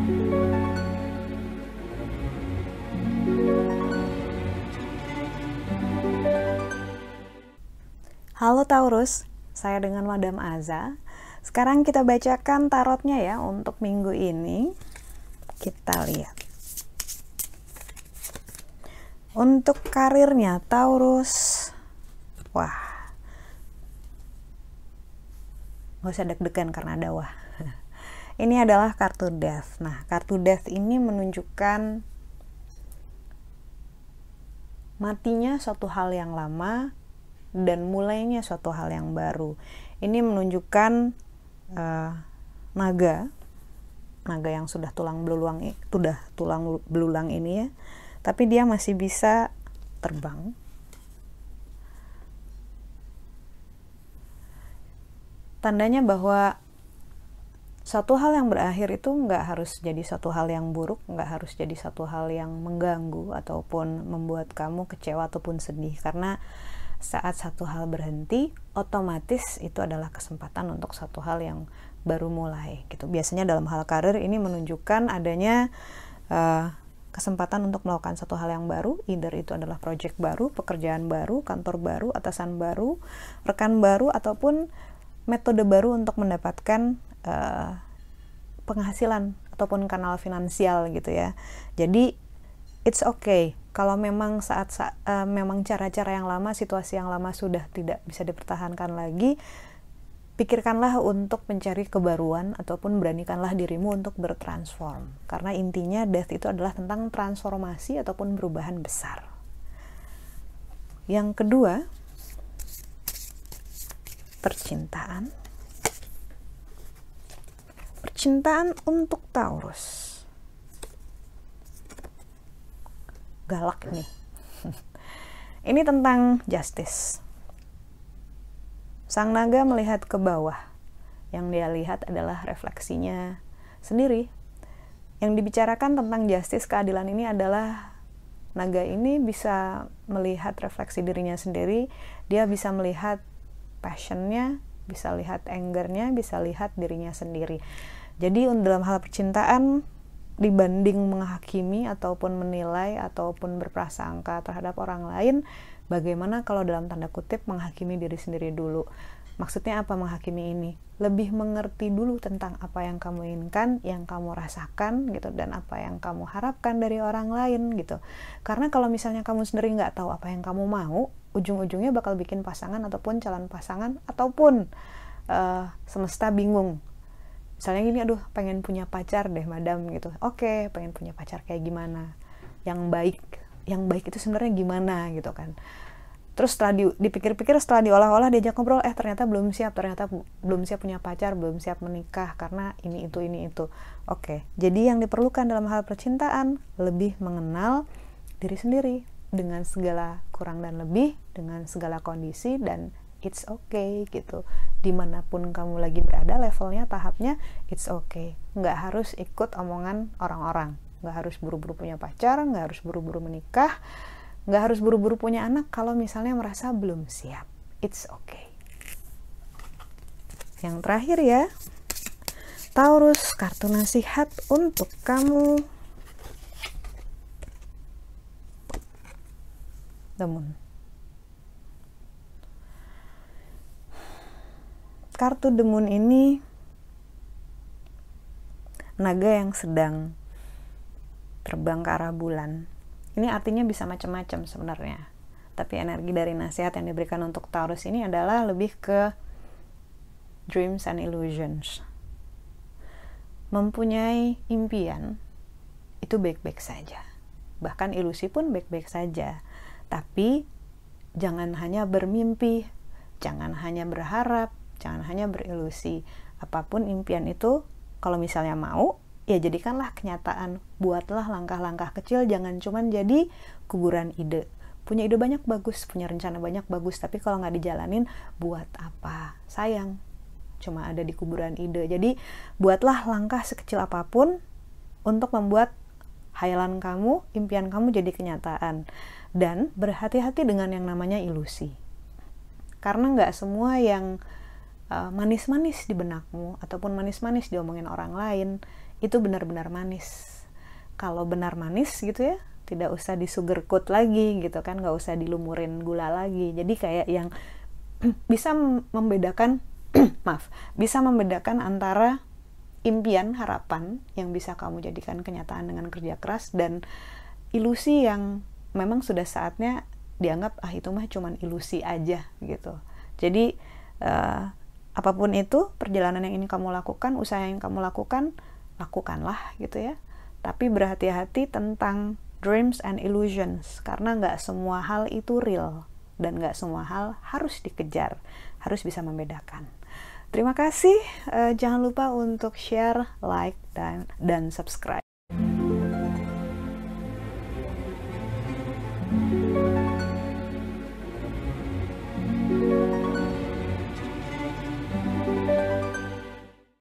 Halo Taurus, saya dengan Madam Aza. Sekarang kita bacakan tarotnya ya untuk minggu ini. Kita lihat. Untuk karirnya Taurus, wah, gak usah deg-degan karena ada wah. Ini adalah kartu Death. Nah, kartu Death ini menunjukkan matinya suatu hal yang lama dan mulainya suatu hal yang baru. Ini menunjukkan naga yang sudah tulang belulang ini ya, tapi dia masih bisa terbang. Tandanya bahwa suatu hal yang berakhir itu nggak harus jadi suatu hal yang buruk, nggak harus jadi suatu hal yang mengganggu ataupun membuat kamu kecewa ataupun sedih, karena saat satu hal berhenti, otomatis itu adalah kesempatan untuk satu hal yang baru mulai gitu. Biasanya dalam hal karir ini menunjukkan adanya kesempatan untuk melakukan satu hal yang baru, either itu adalah project baru, pekerjaan baru, kantor baru, atasan baru, rekan baru, ataupun metode baru untuk mendapatkan penghasilan ataupun kanal finansial gitu ya. Jadi it's okay kalau memang memang cara-cara yang lama, situasi yang lama sudah tidak bisa dipertahankan lagi, pikirkanlah untuk mencari kebaruan ataupun beranikanlah dirimu untuk bertransform. Karena intinya Death itu adalah tentang transformasi ataupun perubahan besar. Yang kedua, percintaan. Percintaan untuk Taurus. Galak nih. Ini tentang justice. Sang naga melihat ke bawah. Yang dia lihat adalah refleksinya sendiri. Yang dibicarakan tentang justice, keadilan ini adalah naga ini bisa melihat refleksi dirinya sendiri. Dia bisa melihat passionnya, bisa lihat angernya, bisa lihat dirinya sendiri. Jadi dalam hal percintaan, dibanding menghakimi ataupun menilai ataupun berprasangka terhadap orang lain, bagaimana kalau dalam tanda kutip menghakimi diri sendiri dulu. Maksudnya apa menghakimi ini? Lebih mengerti dulu tentang apa yang kamu inginkan, yang kamu rasakan gitu, dan apa yang kamu harapkan dari orang lain gitu. Karena kalau misalnya kamu sendiri nggak tahu apa yang kamu mau, ujung-ujungnya bakal bikin pasangan ataupun calon pasangan ataupun semesta bingung. Misalnya gini, aduh pengen punya pacar deh madam gitu. Oke, pengen punya pacar kayak gimana? Yang baik itu sebenarnya gimana gitu kan. Terus setelah dipikir-pikir, setelah diolah-olah, diajak ngobrol, ternyata belum siap punya pacar, belum siap menikah karena ini itu. Oke, jadi yang diperlukan dalam hal percintaan lebih mengenal diri sendiri dengan segala kurang dan lebih, dengan segala kondisi, dan it's okay gitu. Dimanapun kamu lagi berada, levelnya, tahapnya, it's okay. Nggak harus ikut omongan orang-orang, nggak harus buru-buru punya pacar, nggak harus buru-buru menikah, nggak harus buru-buru punya anak kalau misalnya merasa belum siap. It's okay. Yang terakhir ya, Taurus, kartu nasihat untuk kamu. The Moon. Kartu The Moon ini naga yang sedang terbang ke arah bulan. Ini artinya bisa macam-macam sebenarnya. Tapi energi dari nasihat yang diberikan untuk Taurus ini adalah lebih ke dreams and illusions. Mempunyai impian itu baik-baik saja. Bahkan ilusi pun baik-baik saja. Tapi jangan hanya bermimpi, jangan hanya berharap, jangan hanya berilusi. Apapun impian itu, kalau misalnya mau, ya jadikanlah kenyataan. Buatlah langkah-langkah kecil, jangan cuman jadi kuburan ide. Punya ide banyak bagus, punya rencana banyak bagus, tapi kalau nggak dijalanin, buat apa? Sayang, cuma ada di kuburan ide. Jadi buatlah langkah sekecil apapun untuk membuat hayalan kamu, impian kamu jadi kenyataan. Dan berhati-hati dengan yang namanya ilusi. Karena nggak semua yang manis-manis di benakmu ataupun manis-manis diomongin orang lain itu benar-benar manis. Kalau benar manis gitu ya, tidak usah di sugarcoat lagi gitu kan, nggak usah dilumurin gula lagi. Jadi kayak yang bisa membedakan maaf, bisa membedakan antara impian, harapan yang bisa kamu jadikan kenyataan dengan kerja keras, dan ilusi yang memang sudah saatnya dianggap itu mah cuman ilusi aja gitu. Jadi apapun itu perjalanan yang ini kamu lakukan, usaha yang kamu lakukan, lakukanlah gitu ya. Tapi berhati-hati tentang dreams and illusions, karena nggak semua hal itu real, dan nggak semua hal harus dikejar, harus bisa membedakan. Terima kasih, jangan lupa untuk share, like, dan subscribe.